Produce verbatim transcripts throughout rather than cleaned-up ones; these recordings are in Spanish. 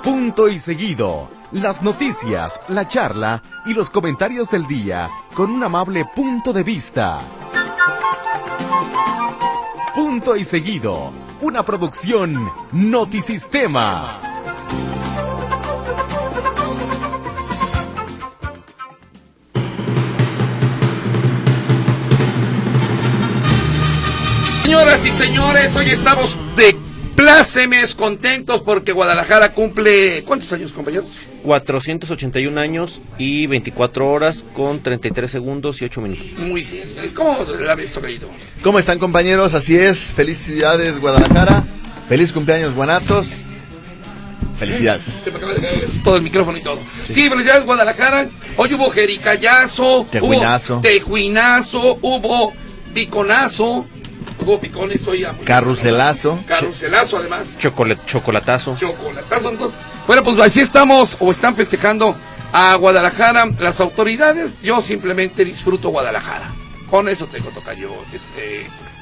Punto y seguido. Las noticias, la charla y los comentarios del día con un amable punto de vista. Punto y seguido. Una producción Notisistema. Señoras y señores, hoy estamos de plácemes, contentos porque Guadalajara cumple... ¿Cuántos años, compañeros? cuatrocientos ochenta y un años y veinticuatro horas con treinta y tres segundos y ocho minutos. Muy bien. ¿Cómo la ves, Tocayito? ¿Cómo están, compañeros? Así es. Felicidades, Guadalajara. Feliz cumpleaños, Guanatos. Felicidades. Se me acaba de caer todo el micrófono y todo. Sí, sí, felicidades, Guadalajara. Hoy hubo jericayazo, tejuinazo, hubo tejuinazo, hubo piconazo, hubo picones hoy. Carruselazo. Carruselazo, además. Chocolat, chocolatazo. Chocolatazo, entonces. Bueno, pues así estamos, o están festejando a Guadalajara las autoridades. Yo simplemente disfruto Guadalajara. Con eso tengo, tocayo. Este...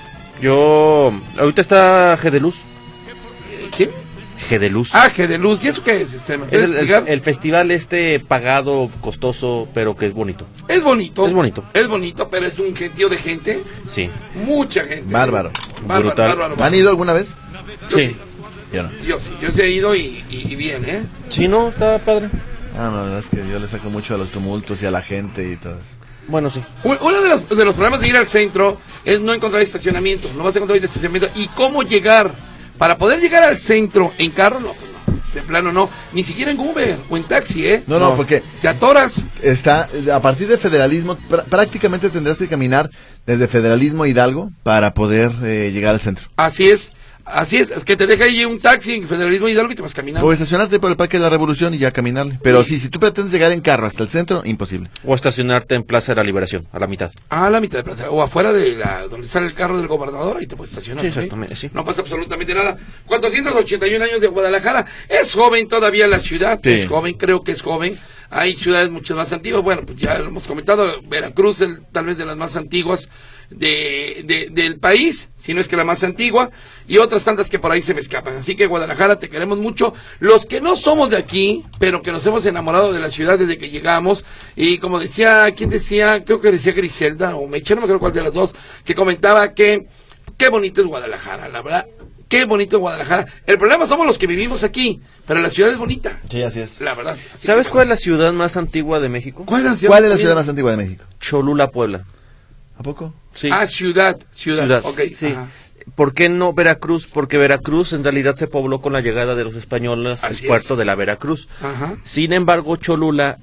Yo... Ahorita está G de Luz. ¿Quién? G de Luz. Ah, G de Luz. ¿Y eso qué es? Este, ¿me es el, explicar? el, el festival este pagado, costoso, pero que es bonito. Es bonito. Es bonito. Es bonito, pero es un gentío de gente. Sí. Mucha gente. Bárbaro. Bárbaro, Brutal. bárbaro, bárbaro. ¿Han ido alguna vez? Yo Sí. sí. Yo no. Yo sí. Yo sí he ido y, y, y bien, ¿eh? Sí, ¿no? Está padre. Ah, no, la verdad es que yo le saco mucho a los tumultos y a la gente y todo eso. Bueno, sí. Uno de los, de los problemas de ir al centro es no encontrar estacionamiento. No vas a encontrar estacionamiento. ¿Y cómo llegar? Para poder llegar al centro en carro, no, pues no. De plano no. Ni siquiera en Uber o en taxi, ¿eh? No, no, No. porque Te atoras. está a partir de Federalismo, pr- prácticamente tendrás que caminar desde Federalismo a Hidalgo para poder eh, llegar al centro. Así es. Así es. Es que te deja ahí un taxi en Federalismo Hidalgo y te vas caminando. O estacionarte por el Parque de la Revolución y ya caminarle. Pero sí, si tú pretendes llegar en carro hasta el centro, imposible. O estacionarte en Plaza de la Liberación, a la mitad. A la mitad de plaza, o afuera de la donde sale el carro del gobernador, ahí te puedes estacionar. Sí, ¿sí? exactamente, sí. No pasa absolutamente nada. cuatrocientos ochenta y un años de Guadalajara. Es joven todavía la ciudad, Sí. es joven, creo que es joven. Hay ciudades mucho más antiguas, bueno, pues ya lo hemos comentado, Veracruz es tal vez de las más antiguas de, de, del país, si no es que la más antigua, y otras tantas que por ahí se me escapan. Así que Guadalajara, te queremos mucho. Los que no somos de aquí, pero que nos hemos enamorado de la ciudad desde que llegamos, y como decía, ¿quién decía? Creo que decía Griselda, o Meche, no me acuerdo cuál de las dos, que comentaba que qué bonito es Guadalajara, la verdad. Qué bonito es Guadalajara. El problema somos los que vivimos aquí, pero la ciudad es bonita. Sí, así es. La verdad. Así ¿Sabes que, cuál es la ciudad más antigua de México? ¿Cuál es la ciudad? ¿Cuál es la ciudad más antigua de México? Cholula, Puebla. ¿A poco? Sí. Ah, ciudad, ciudad. Ciudad, Ok. sí. Ajá. ¿Por qué no Veracruz? Porque Veracruz en realidad se pobló con la llegada de los españoles al Así puerto es. de la Veracruz. Ajá. Sin embargo, Cholula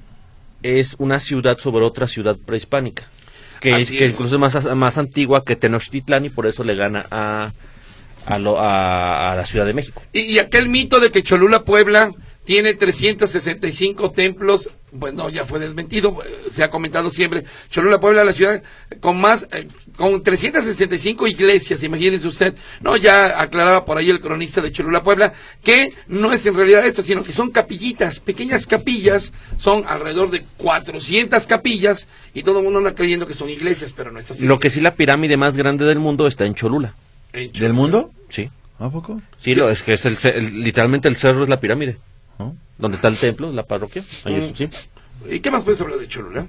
es una ciudad sobre otra ciudad prehispánica, que, es, Así que es. incluso es más, más antigua que Tenochtitlán y por eso le gana a, a, lo- a, a la Ciudad de México. Y, y aquel mito de que Cholula, Puebla, tiene trescientos sesenta y cinco templos, pues no, ya fue desmentido, eh, se ha comentado siempre. Cholula, Puebla, la ciudad con más, eh, con trescientas sesenta y cinco iglesias, imagínense usted. No, ya aclaraba por ahí el cronista de Cholula, Puebla, que no es en realidad esto, sino que son capillitas, pequeñas capillas, son alrededor de cuatrocientas capillas, y todo el mundo anda creyendo que son iglesias, pero no es así. Lo que sí, la pirámide más grande del mundo está en Cholula. En Cholula. ¿Del mundo? Sí. ¿A poco? Sí, lo, es que es el, ce- el- literalmente el cerro es la pirámide. ¿No? Donde está el templo, la parroquia. Ahí es, Mm. sí. ¿Y qué más puedes hablar de Cholula?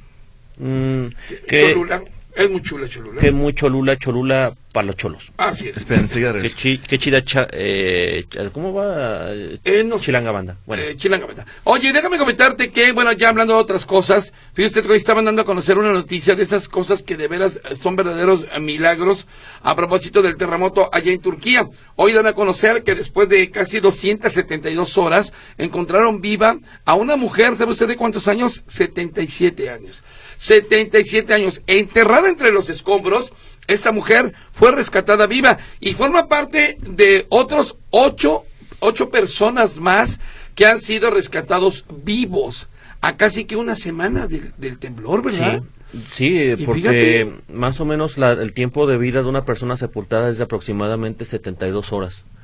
Mm, que, Cholula, es muy chula Cholula. que muy Cholula, Cholula para los cholos. Así es. Esperen, sigue de Qué, regreso. chi, qué chida, cha- eh, ch- ¿cómo va? Eh, no sé. Chilanga banda. Bueno, Eh, Chilanga Banda. Oye, déjame comentarte que, bueno, ya hablando de otras cosas, fíjate que hoy estaban dando a conocer una noticia de esas cosas que de veras eh, son verdaderos eh, milagros a propósito del terremoto allá en Turquía. Hoy dan a conocer que después de casi doscientas setenta y dos horas encontraron viva a una mujer, ¿sabe usted de cuántos años? setenta y siete años. setenta y siete años, enterrada entre los escombros. Esta mujer fue rescatada viva y forma parte de otros ocho, ocho personas más que han sido rescatados vivos a casi que una semana del, del temblor, ¿verdad? sí, sí, eh, Y porque fíjate. más o menos la- el tiempo de vida de una persona sepultada es de aproximadamente setenta y dos horas.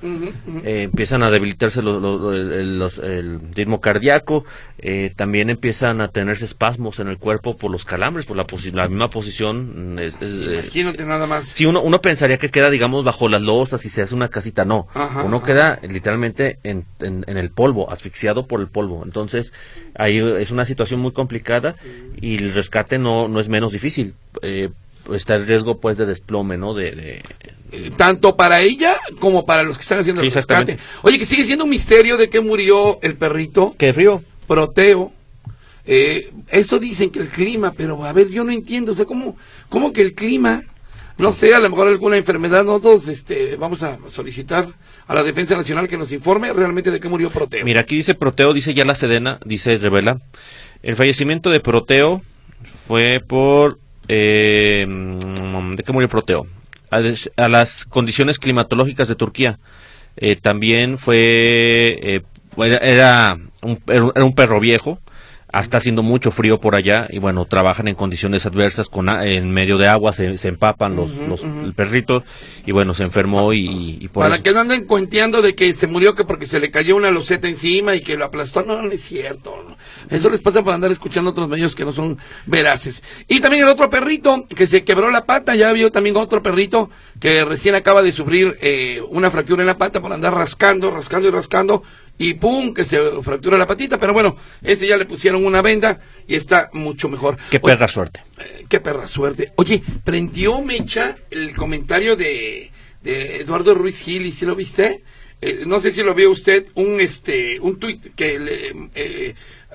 Uh-huh, uh-huh. Eh, empiezan a debilitarse los, los, los, el ritmo cardíaco, eh, también empiezan a tenerse espasmos en el cuerpo por los calambres, por la, posi- la misma posición. Es, es, Imagínate eh, nada más. Si uno, uno pensaría que queda, digamos, bajo las losas y se hace una casita, no. Ajá, uno ajá. queda literalmente en, en, en el polvo, asfixiado por el polvo. Entonces, ahí es una situación muy complicada y el rescate no, no es menos difícil. Eh, está el riesgo, pues, de desplome, ¿no? De... de Tanto para ella como para los que están haciendo Sí, el rescate. exactamente. Oye, que sigue siendo un misterio de que murió el perrito ¿Qué frío? Proteo. Eh, eso dicen que el clima, pero a ver, yo no entiendo, o sea, ¿cómo, cómo que el clima? No sé, a lo mejor alguna enfermedad. Nosotros este, vamos a solicitar a la Defensa Nacional que nos informe realmente de qué murió Proteo. Mira, aquí dice Proteo, dice ya la Sedena, dice, revela. El fallecimiento de Proteo fue por... Eh, ¿de qué murió Proteo? A, des, a las condiciones climatológicas de Turquía. Eh, también fue... Eh, era, un, era un perro viejo. Está haciendo mucho frío por allá y bueno, trabajan en condiciones adversas con en medio de agua, se, se empapan los, uh-huh, los uh-huh. el perrito y bueno, se enfermó y, y por Para eso. que no anden cuenteando de que se murió que porque se le cayó una loseta encima y que lo aplastó, no, no es cierto. No. Eso les pasa por andar escuchando otros medios que no son veraces. Y también el otro perrito que se quebró la pata, ya vio también otro perrito que recién acaba de sufrir eh, una fractura en la pata por andar rascando, rascando y rascando. Y pum, que se fractura la patita, pero bueno, este ya le pusieron una venda y está mucho mejor. Qué perra Oye, suerte. Eh, qué perra suerte. Oye, prendió mecha el comentario de, de Eduardo Ruiz Gil, ¿y si lo viste? Eh, no sé si lo vio usted, un este un tuit que le, eh, eh,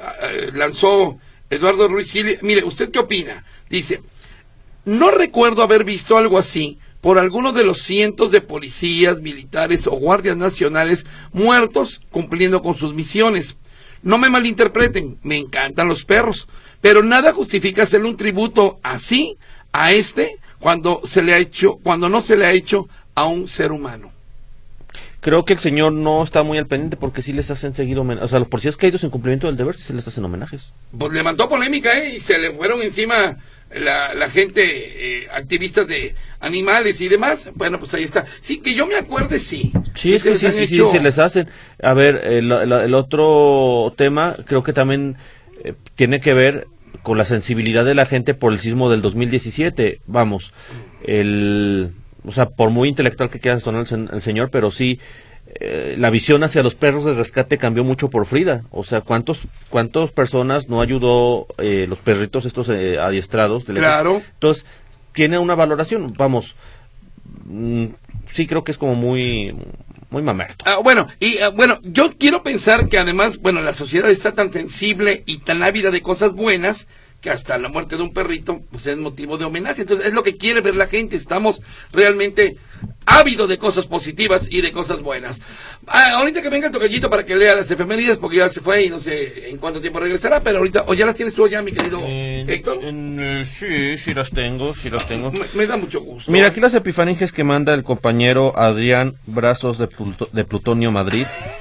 lanzó Eduardo Ruiz Gil. Mire, ¿usted qué opina? Dice, no recuerdo haber visto algo así por algunos de los cientos de policías, militares o guardias nacionales muertos cumpliendo con sus misiones. No me malinterpreten, me encantan los perros, pero nada justifica hacerle un tributo así a este cuando se le ha hecho, cuando no se le ha hecho a un ser humano. Creo que el señor no está muy al pendiente porque sí les hacen seguido homenajes. O sea, los policías caídos en cumplimiento del deber sí se les hacen homenajes. Pues levantó polémica, ¿eh? Y se le fueron encima la, la gente, eh, activistas de animales y demás. Bueno, pues ahí está. Sí, que yo me acuerde, sí. Sí, es que sí, sí, hecho... sí, se les hacen. A ver, el, el, el otro tema creo que también eh, tiene que ver con la sensibilidad de la gente por el sismo del dos mil diecisiete. Vamos, el... O sea, por muy intelectual que quiera sonar el, el señor, pero sí, eh, la visión hacia los perros de rescate cambió mucho por Frida. O sea, ¿cuántos cuántas personas no ayudó eh, los perritos estos eh, adiestrados? Claro. Entonces, tiene una valoración, vamos, mmm, sí creo que es como muy... muy mamerto. Ah, bueno, y ah, bueno, yo quiero pensar que además, bueno, la sociedad está tan sensible y tan ávida de cosas buenas que hasta la muerte de un perrito pues es motivo de homenaje. Entonces es lo que quiere ver la gente. Estamos realmente ávidos de cosas positivas y de cosas buenas. Ah, ahorita que venga el tocallito para que lea las efemérides, porque ya se fue y no sé en cuánto tiempo regresará, pero ahorita, o ya las tienes tú ya, mi querido eh, Héctor. Eh, sí, sí las tengo, sí las tengo. Me, me da mucho gusto. Mira, aquí las epifaninges que manda el compañero Adrián Brazos de, Pluto, de Plutonio Madrid.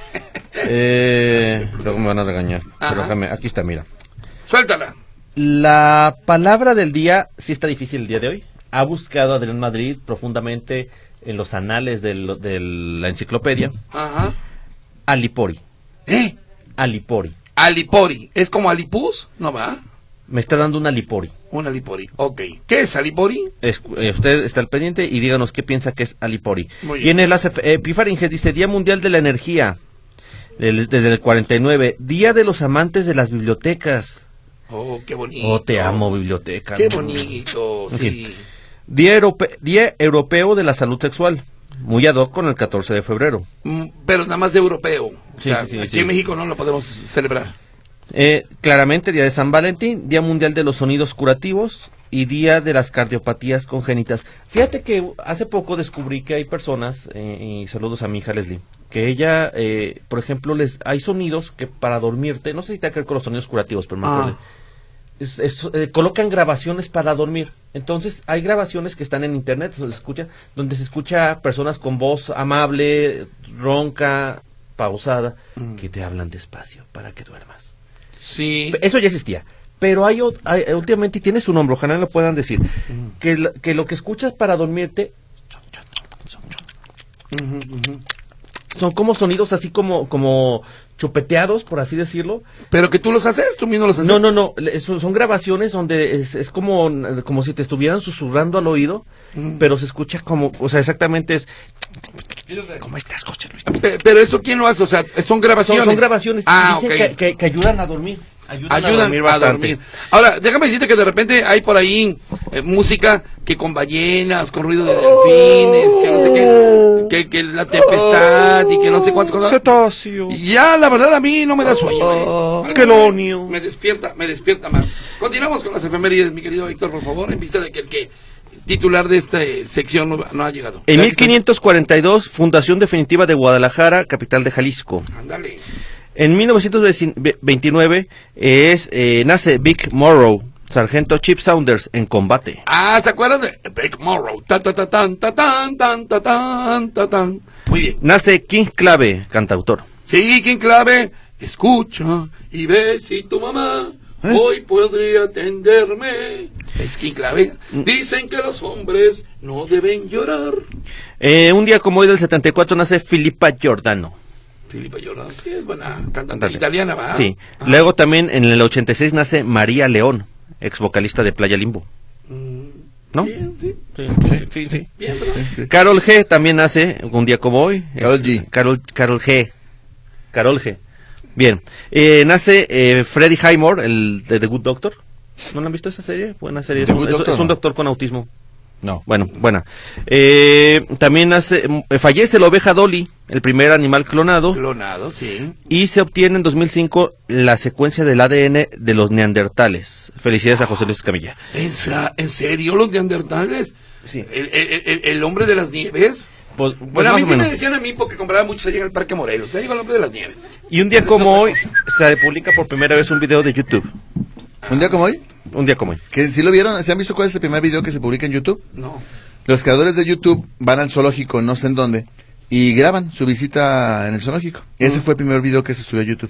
eh, luego me van a regañar. Ajá. Pero déjame, aquí está, mira. Suéltala. La palabra del día, sí está difícil el día de hoy. Ha buscado Adrián Madrid profundamente en los anales de la enciclopedia. Ajá. Alipori. ¿Eh? Alipori. Alipori. ¿Es como Alipus? ¿No va? Me está dando un Alipori. Un Alipori, ok. ¿Qué es Alipori? Es, eh, usted está al pendiente y díganos qué piensa que es Alipori. Muy bien. Viene las epifaringes, dice Día Mundial de la Energía. Del, desde el cuarenta y nueve. Día de los amantes de las bibliotecas. Oh, qué bonito. Oh, te amo, biblioteca. Qué bonito, en sí. Fin. Día, Europe Día Europeo de la Salud Sexual. Muy ad hoc con el catorce de febrero. Mm, pero nada más de europeo. O sí, sea, sí, aquí sí. en México no lo podemos celebrar. Eh, claramente, Día de San Valentín, Día Mundial de los Sonidos Curativos y Día de las Cardiopatías Congénitas. Fíjate que hace poco descubrí que hay personas, eh, y saludos a mi hija Leslie, que ella, eh, por ejemplo, les hay sonidos que para dormirte, no sé si tiene que ver con los sonidos curativos, pero me acuerdo. Ah. Es, es, eh, colocan grabaciones para dormir. Entonces hay grabaciones que están en internet, se escucha, donde se escucha personas con voz amable, ronca, pausada, mm. que te hablan despacio para que duermas. Sí. Eso ya existía. Pero hay, hay últimamente, y tiene su nombre, ojalá lo puedan decir, mm. que, que lo que escuchas para dormirte, uh-huh, uh-huh. son como sonidos así como, como chupeteados, por así decirlo. Pero que tú los haces, tú mismo los haces. No, no, no, son, son grabaciones donde es, es como, como si te estuvieran susurrando al oído, mm. pero se escucha como, o sea, exactamente es... ¿Cómo estás, José Luis? Pe- pero eso, ¿quién lo hace? O sea, son grabaciones. Son, son grabaciones, ah, dicen okay. que, que, que ayudan a dormir. Ayudan, ayudan a dormir bastante. A dormir. Ahora, déjame decirte que de repente hay por ahí eh, música que con ballenas, con ruido de delfines, que no sé qué, que, que la tempestad y que no sé cuántas cosas. Cetáceo. Ya, la verdad, a mí no me da sueño. Eh. Quelonio. Me despierta, me despierta más. Continuamos con las efemérides, mi querido Víctor, por favor, en vista de que el que titular de esta eh, sección no, no ha llegado. En mil quinientos cuarenta y dos, fundación definitiva de Guadalajara, capital de Jalisco. Ándale. En mil novecientos veintinueve es, eh, nace Vic Morrow, sargento Chip Saunders en combate. Ah, ¿se acuerdan de Vic Morrow? Ta ta ta tan ta tan tan ta tan ta tan. Muy bien. Nace King Clave, cantautor. Sí, King Clave, escucha y ve si tu mamá ¿Eh? hoy podría atenderme. Es King Clave. Dicen que los hombres no deben llorar. Eh, un día como hoy del setenta y cuatro nace Filippa Giordano. Filipa Giordano, sí, es buena cantante italiana, ¿va? Sí. Ah. Luego también en el ochenta y seis nace María León, ex vocalista de Playa Limbo. Mm, ¿No? Bien, sí. Sí, sí, sí. sí. Bien, ¿verdad? Carol G también nace un día como hoy. Carol G. Carol, Carol G. Carol G. Bien. Eh, nace eh, Freddie Highmore, el de The Good Doctor. ¿No la han visto esa serie? Buena serie. Es un, es, es un doctor con autismo. No. Bueno, buena. Eh, también hace, eh, fallece la oveja Dolly, el primer animal clonado. Clonado, sí. Y se obtiene en dos mil cinco la secuencia del A D N de los neandertales. Felicidades a José Luis Escamilla. ¿En, ¿En serio los neandertales? Sí. ¿El, el, el, el hombre de las nieves? Pues, pues bueno, a mí sí menos. me decían a mí porque compraba mucho allá en el Parque Morelos. Ya iba el hombre de las nieves. Y un día Pero como hoy cosa. se publica por primera vez un video de YouTube. ¿Un día como hoy? Un día como hoy. ¿Que si lo vieron? ¿Se han visto cuál es el primer video que se publica en YouTube? No. Los creadores de YouTube van al zoológico, no sé en dónde, y graban su visita en el zoológico. Uh-huh. Ese fue el primer video que se subió a YouTube.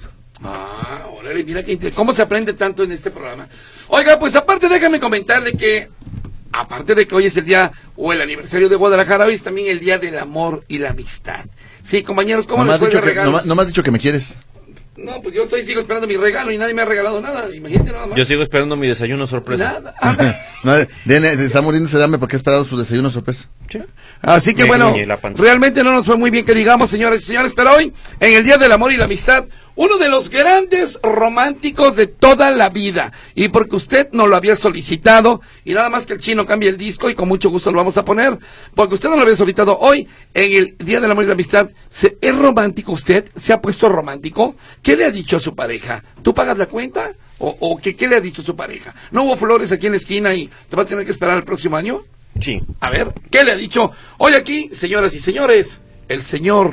Ah, órale, mira que inter... cómo se aprende tanto en este programa. Oiga, pues aparte déjame comentarle que, aparte de que hoy es el día o el aniversario de Guadalajara, hoy es también el día del amor y la amistad. Sí, compañeros, ¿cómo no les fue de que, regalos? no, no me has dicho que me quieres. No, pues yo estoy sigo esperando mi regalo y nadie me ha regalado nada. Imagínate nada más. Yo sigo esperando mi desayuno sorpresa. Nada. Ah, no, Dene, está muriéndose de hambre porque ha esperado su desayuno sorpresa. ¿Sí? Así que Me bueno, realmente no nos fue muy bien que digamos, señores y señores, pero hoy, en el Día del Amor y la Amistad, uno de los grandes románticos de toda la vida, y porque usted nos lo había solicitado, y nada más que el chino cambie el disco, y con mucho gusto lo vamos a poner, porque usted nos lo había solicitado hoy, en el Día del Amor y la Amistad. ¿Se, ¿Es romántico usted? ¿Se ha puesto romántico? ¿Qué le ha dicho a su pareja? ¿Tú pagas la cuenta? ¿O, o qué, qué le ha dicho a su pareja? ¿No hubo flores aquí en la esquina y te vas a tener que esperar el próximo año? Sí. A ver, ¿qué le ha dicho? Hoy aquí, señoras y señores, el señor...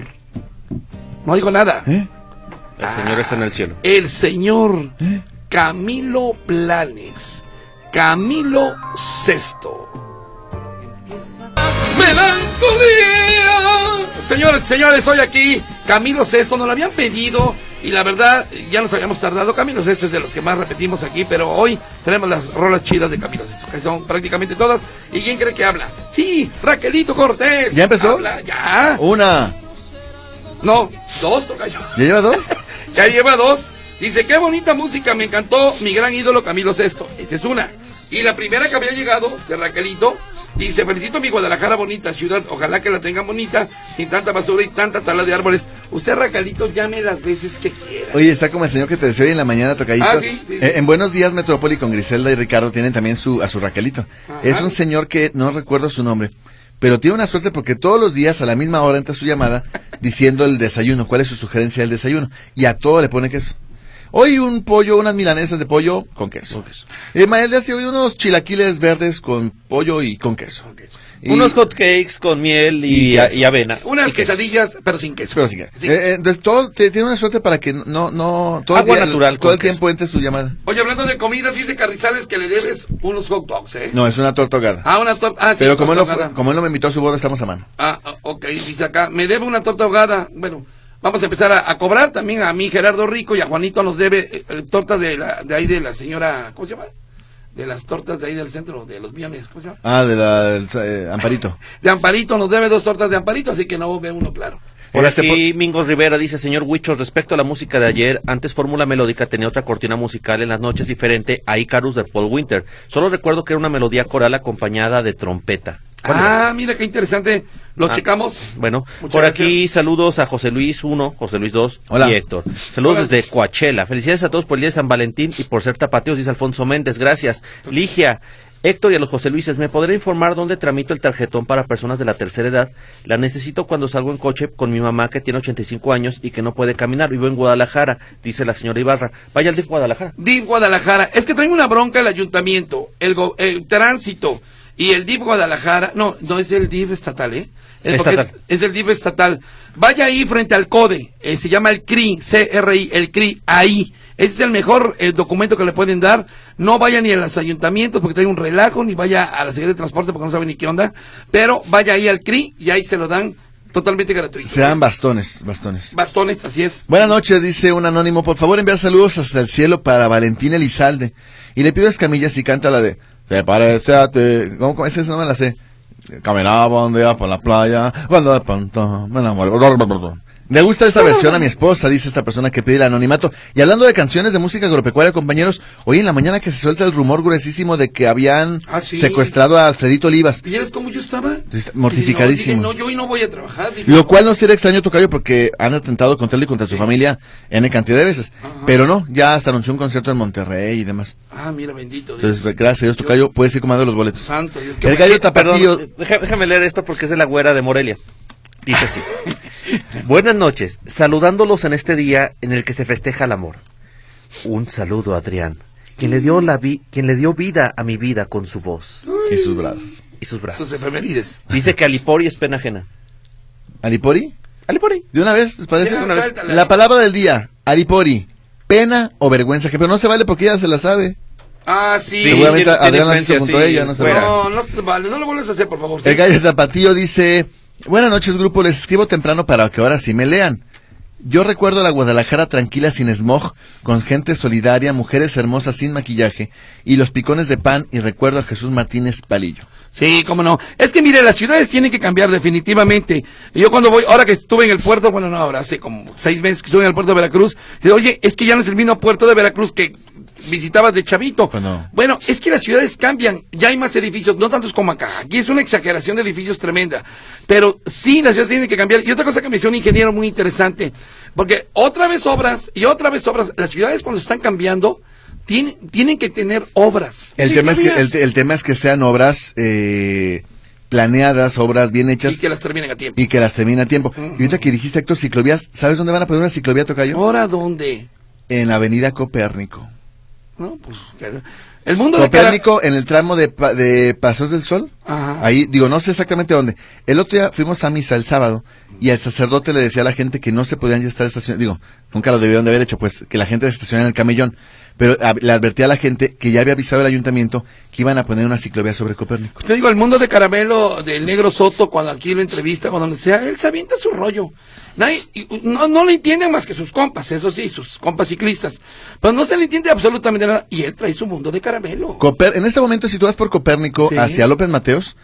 No digo nada. ¿Eh? El señor ah, está en el cielo. El señor ¿Eh? Camilo Planes. Camilo Sesto. ¡Melancolía! Señores, señores, hoy aquí, Camilo Sesto, nos lo habían pedido... Y la verdad, ya nos habíamos tardado. Camilo Sesto es de los que más repetimos aquí, pero hoy tenemos las rolas chidas de Camilo Sesto, que son prácticamente todas. ¿Y quién cree que habla? Sí, Raquelito Cortés. ¿Ya empezó? Habla, ya. Una. No, dos, tocayo. ¿Ya lleva dos? Ya lleva dos. Dice, qué bonita música, me encantó mi gran ídolo Camilo Sesto. Esa es una. Y la primera que había llegado, de Raquelito, dice, felicito a mi Guadalajara bonita ciudad, ojalá que la tengan bonita, sin tanta basura y tanta tala de árboles. Usted, Raquelito, llame las veces que quiera. Oye, está como el señor que te decía hoy en la mañana, tocadito. Ah, sí, sí, sí. Eh, en Buenos Días Metrópoli con Griselda y Ricardo tienen también su a su Raquelito. Ajá. Es un señor que no recuerdo su nombre, pero tiene una suerte porque todos los días a la misma hora entra su llamada diciendo el desayuno, cuál es su sugerencia del desayuno, y a todo le pone queso. Hoy un pollo, unas milanesas de pollo con queso. Con queso. Eh, Mael de hace hoy unos chilaquiles verdes con pollo y con queso. Con queso. Y, Unos hot cakes con miel y, y a, y avena. Unas y queso. quesadillas, pero sin queso. pero sí que- Sí. eh, eh, entonces todo te, tiene una suerte para que no no todo Agua el día, natural todo con el tiempo entre su llamada. Oye, hablando de comida, dice Carrizales que le debes unos hot dogs, ¿eh? No, es una torta ahogada. Ah, una torta. Ah, sí, Pero como él, no, torta ahogada. fue- como él no me invitó a su boda, estamos a mano. Ah, ah, ok, dice acá, me debe una torta ahogada. Bueno, vamos a empezar a, a cobrar también a mí, Gerardo Rico, y a Juanito nos debe eh, eh, torta de, la, de ahí de la señora, ¿cómo se llama? De las tortas de ahí del centro, de los Miones, ¿cómo se llama? Ah, de la del, eh, Amparito. De Amparito, nos debe dos tortas de Amparito, así que no ve uno claro. Por Este aquí Mingos Rivera dice, señor Huicho, respecto a la música de ayer, antes Fórmula Melódica tenía otra cortina musical en las noches diferente a Icarus de Paul Winter. Solo recuerdo que era una melodía coral acompañada de trompeta. Ah, mira qué interesante. Lo Ah, checamos. Bueno, Muchas por gracias. aquí saludos a José Luis uno, José Luis dos Hola. y Héctor. Saludos Hola. desde Coachella. Felicidades a todos por el día de San Valentín y por ser tapateos, dice Alfonso Méndez. Gracias. Ligia, Héctor y a los José Luises, ¿me podré informar dónde tramito el tarjetón para personas de la tercera edad? La necesito cuando salgo en coche con mi mamá que tiene ochenta y cinco años y que no puede caminar. Vivo en Guadalajara, dice la señora Ibarra. Vaya al D I F Guadalajara. D I F Guadalajara. Es que traen una bronca el ayuntamiento, el, go- el tránsito y el D I F Guadalajara. No, no es el D I F estatal, ¿eh? Es, porque Estatal. es el D I F estatal. Vaya ahí frente al CODE, eh, se llama el C R I, C R I, el C R I, ahí. Ese es el mejor eh, documento que le pueden dar. No vaya ni a los ayuntamientos porque trae un relajo, ni vaya a la Secretaría de Transporte porque no sabe ni qué onda. Pero vaya ahí al C R I y ahí se lo dan totalmente gratuito. Se dan bastones, bastones. Bastones, así es. Buenas noches, dice un anónimo. Por favor, enviar saludos hasta el cielo para Valentín Elizalde. Y le pido a Escamilla si canta la de... Te parece a ti... ¿Cómo, cómo? Esa no me la sé. Caminaba un día por la playa, cuando de pronto me enamoré. Le gusta esta versión a mi esposa, dice esta persona que pide el anonimato. Y hablando de canciones de música agropecuaria, compañeros, hoy en la mañana que se suelta el rumor gruesísimo de que habían Ah, sí. secuestrado a Alfredito Olivas. ¿Vieres cómo yo estaba? Está mortificadísimo. Dije, no, dije, no, yo hoy no voy a trabajar. Dije, Lo cual no sería extraño, tocayo, porque han atentado contra él y contra su familia N cantidad de veces. Ajá. Pero no, ya hasta anunció un concierto en Monterrey y demás. Ah, mira, bendito Dios. Entonces, gracias a Dios, tocayo, puedes ir comando los boletos. Santo Dios. El gallo tapatío... Perdón, deja- déjame leer esto porque es de la güera de Morelia. Dice así. Buenas noches, saludándolos en este día en el que se festeja el amor. Un saludo a Adrián, quien le dio la vi quien le dio vida a mi vida con su voz Y sus brazos. y sus brazos. Sus efemérides. Dice que Alipori es pena ajena. ¿Alipori? Alipori. ¿De una vez? ¿Les parece? Ya, De una vez. suéltala. La palabra del día, Alipori. Pena o vergüenza, que pero no se vale porque ella se la sabe. Ah, sí. Sí, Seguramente tiene- tiene Adrián la hizo influencia, junto a sí, ella, no se fuera. No, no te vale, no lo vuelvas a hacer, por favor. sí. El gallo tapatío dice, buenas noches grupo, les escribo temprano para que ahora sí me lean. Yo recuerdo la Guadalajara tranquila sin smog, con gente solidaria, mujeres hermosas sin maquillaje, y los picones de pan, y recuerdo a Jesús Martínez Palillo. Sí, cómo no. Es que mire, las ciudades tienen que cambiar definitivamente. Yo cuando voy, ahora que estuve en el puerto, bueno, no, ahora hace como seis meses que estuve en el puerto de Veracruz, digo, oye, es que ya no es el mismo puerto de Veracruz que visitabas de chavito. Pues no. Bueno, es que las ciudades cambian, ya hay más edificios, no tantos como acá. Aquí es una exageración de edificios tremenda. Pero sí, las ciudades tienen que cambiar. Y otra cosa que me decía un ingeniero muy interesante, porque otra vez obras y otra vez obras. Las ciudades cuando están cambiando, tienen, tienen que tener obras. El, Sí, tema, es que, mira. el, el tema es que sean obras eh, planeadas, obras bien hechas, Y que las terminen a tiempo. y que las termine a tiempo. Y ahorita que dijiste, Héctor, ciclovías, ¿sabes dónde van a poner una ciclovía, tocayo? ¿Ahora dónde? En la avenida Copérnico. No, pues, claro. El mundo de Copérnico, en el tramo de, pa- de Pasos del Sol. Ajá. Ahí, digo, no sé exactamente dónde. El otro día fuimos a misa el sábado y el sacerdote le decía a la gente que no se podían ya estar estacionando. Digo, nunca lo debieron de haber hecho, pues, que la gente se estacione en el camellón. Pero a- le advertía a la gente que ya había avisado el ayuntamiento que iban a poner una ciclovía sobre Copérnico. Te digo, el mundo de Caramelo, del Negro Soto, cuando aquí lo entrevista, cuando donde sea, él se avienta su rollo. Nadie, y, no, no le entienden más que sus compas, eso sí, sus compas ciclistas. Pero no se le entiende absolutamente nada. Y él trae su mundo de caramelo. Coper- en este momento, si tú vas por Copérnico Sí. hacia López Mateos,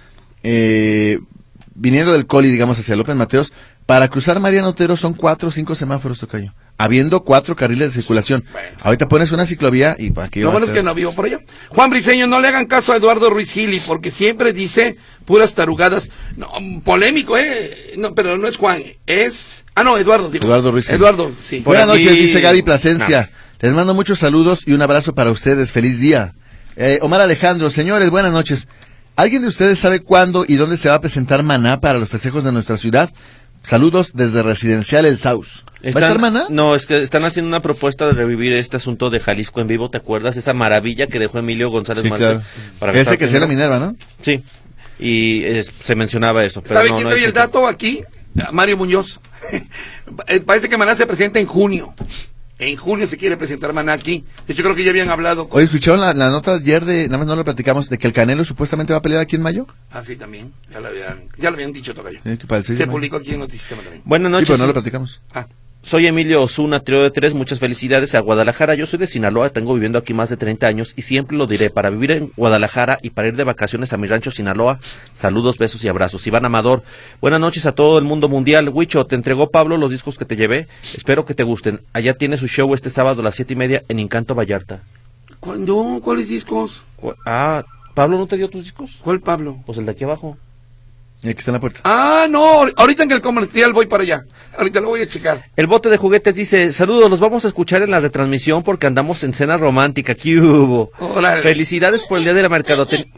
eh, viniendo del Coli, digamos, hacia López Mateos, para cruzar Mariano Otero son cuatro o cinco semáforos, tocayo. Habiendo cuatro carriles de circulación. Bueno. Ahorita pones una ciclovía y para qué Lo va a bueno es ser? que no vivo por allá. Juan Briseño, no le hagan caso a Eduardo Ruiz Gili, porque siempre dice puras tarugadas. No, polémico, ¿eh? No, pero no es Juan, es... Ah, no, Eduardo, digo. Eduardo Ruiz Gili. Eduardo, sí. Por Buenas aquí- noches, dice Gaby Plasencia. No. Les mando muchos saludos y un abrazo para ustedes. Feliz día. Eh, Omar Alejandro, señores, buenas noches. ¿Alguien de ustedes sabe cuándo y dónde se va a presentar Maná para los festejos de nuestra ciudad? Saludos desde Residencial El Saus. ¿Va a estar Maná? No, es que están haciendo una propuesta de revivir este asunto de Jalisco en vivo, ¿te acuerdas? Esa maravilla que dejó Emilio González Sí, Marte claro. para Ese gastar que sea la dinero. Minerva, ¿no? Sí, y es- se mencionaba eso. Pero ¿Sabe no, quién no trae es el esto. dato aquí? Mario Muñoz. Eh, Parece que Maná se presenta en junio. En junio se quiere presentar Maná aquí. De hecho, creo que ya habían hablado con... Oye, ¿escucharon la, la nota ayer de, nada más no lo platicamos, de que el Canelo supuestamente va a pelear aquí en mayo? Ah, sí, también. Ya lo habían, ya lo habían dicho, Tocayo. Sí, que para el seis Se de mayo. publicó aquí en Notisistema también. Buenas Sí, noches. pero no lo platicamos. Ah, Soy Emilio Osuna, trío de tres, muchas felicidades a Guadalajara. Yo soy de Sinaloa, tengo viviendo aquí más de treinta años y siempre lo diré, para vivir en Guadalajara y para ir de vacaciones a mi rancho Sinaloa, saludos, besos y abrazos. Iván Amador, buenas noches a todo el mundo mundial. Huicho, te entregó Pablo los discos que te llevé, espero que te gusten. Allá tiene su show este sábado a las siete y media en Encanto Vallarta. ¿Cuándo? ¿Cuáles discos? Ah, ¿Pablo no te dio tus discos? ¿Cuál Pablo? Pues el de aquí abajo. El que está en la puerta. Ah, no, ahorita en el comercial voy para allá. Ahorita lo voy a checar. El bote de juguetes dice, saludos, los vamos a escuchar en la retransmisión porque andamos en cena romántica. ¿Qué hubo? Órale. Felicidades por el día de la mercadotecnia.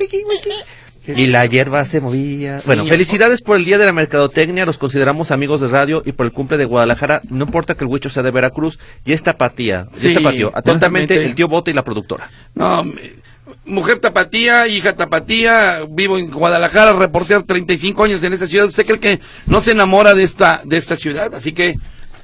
Y la hierba se movía. Bueno, Niño. felicidades por el día de la mercadotecnia, los consideramos amigos de radio y por el cumple de Guadalajara. No importa que el huicho sea de Veracruz, y esta tapatía, y Sí, esta tapatía. Atentamente, totalmente. el tío Bote y la productora. No, me- mujer tapatía, hija tapatía, vivo en Guadalajara, reportear treinta y cinco años en esta ciudad. ¿Usted cree que no se enamora de esta, de esta ciudad? Así que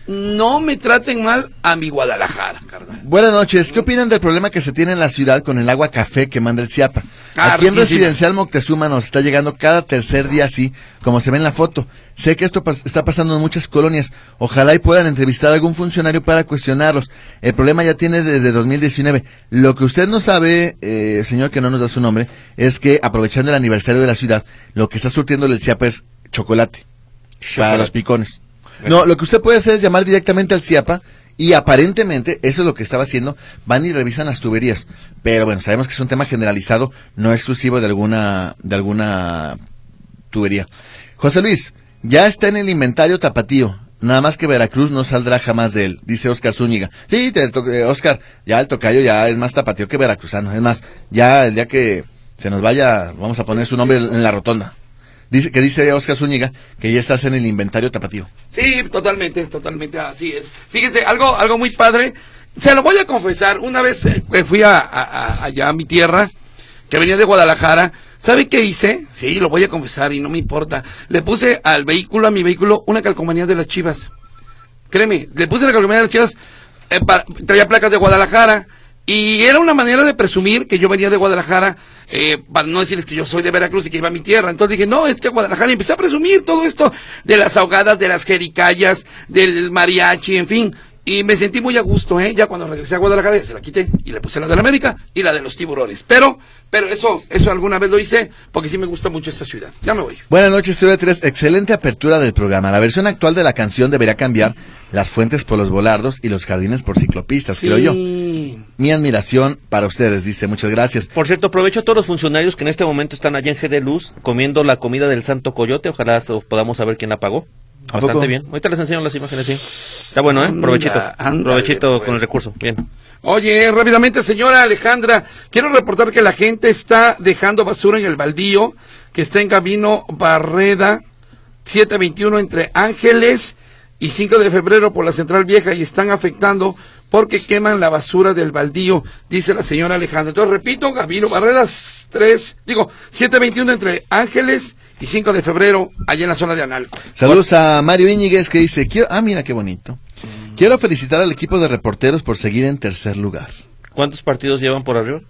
no me traten mal a mi Guadalajara, carnal. Buenas noches. ¿Qué opinan del problema que se tiene en la ciudad con el agua café que manda el Ciapa? Ah, Aquí en riquísima. Residencial Moctezuma nos está llegando cada tercer día así, como se ve en la foto. Sé que esto pas- está pasando en muchas colonias. Ojalá y puedan entrevistar a algún funcionario para cuestionarlos. El problema ya tiene desde dos mil diecinueve. Lo que usted no sabe, eh, señor que no nos da su nombre, es que aprovechando el aniversario de la ciudad, lo que está surtiendo el Ciapa es chocolate, para Chocolate. los picones. No, lo que usted puede hacer es llamar directamente al Ciapa y aparentemente eso es lo que estaba haciendo. Van y revisan las tuberías. Pero bueno, sabemos que es un tema generalizado, no exclusivo de alguna de alguna tubería. José Luis, ya está en el inventario tapatío. Nada más que Veracruz no saldrá jamás de él, dice Oscar Zúñiga. Sí, te to- eh, Oscar, ya el tocayo ya es más tapatío que veracruzano. Es más, ya el día que se nos vaya, vamos a poner su nombre en la rotonda. Dice que dice Oscar Zúñiga que ya estás en el inventario tapatío. Sí, totalmente, totalmente así es. Fíjense, algo, algo muy padre. Se lo voy a confesar. Una vez eh, que fui a, a- a- allá a mi tierra, que venía de Guadalajara, ¿sabe qué hice? Sí, lo voy a confesar y no me importa. Le puse al vehículo, a mi vehículo, una calcomanía de las Chivas. Créeme, le puse la calcomanía de las Chivas, eh, para- traía placas de Guadalajara, y era una manera de presumir que yo venía de Guadalajara, eh, para no decirles que yo soy de Veracruz y que iba a mi tierra. Entonces dije, no, es que Guadalajara, y empecé a presumir todo esto de las ahogadas, de las jericayas, del mariachi, en fin. Y me sentí muy a gusto, ¿eh? Ya cuando regresé a Guadalajara ya se la quité y le puse la de la América y la de los tiburones. Pero, pero eso, eso alguna vez lo hice porque sí me gusta mucho esta ciudad. Ya me voy. Buenas noches, Trio de Tres. Excelente apertura del programa. La versión actual de la canción debería cambiar las fuentes por los volardos y los jardines por ciclopistas, creo yo. Mi admiración para ustedes, dice, muchas gracias. Por cierto, aprovecho a todos los funcionarios que en este momento están allá en G de Luz comiendo la comida del Santo Coyote. Ojalá so- podamos saber quién la pagó. ¿A Bastante poco? bien. Ahorita les enseño las imágenes, sí. Está bueno, ¿eh? Provechito. Anda, ándale, Provechito bueno. con el recurso. Bien. Oye, rápidamente, señora Alejandra, quiero reportar que la gente está dejando basura en el baldío, que está en camino Barreda, siete veintiuno entre Ángeles y cinco de febrero por la Central Vieja, y están afectando porque queman la basura del baldío, dice la señora Alejandra. Entonces, repito, Camino Barreras tres, digo, siete veintiuno entre Ángeles y cinco de febrero, allá en la zona de Analco. Saludos a Mario Íñiguez que dice, quiero, ah, mira qué bonito. Quiero felicitar al equipo de reporteros por seguir en tercer lugar. ¿Cuántos partidos llevan por arriba?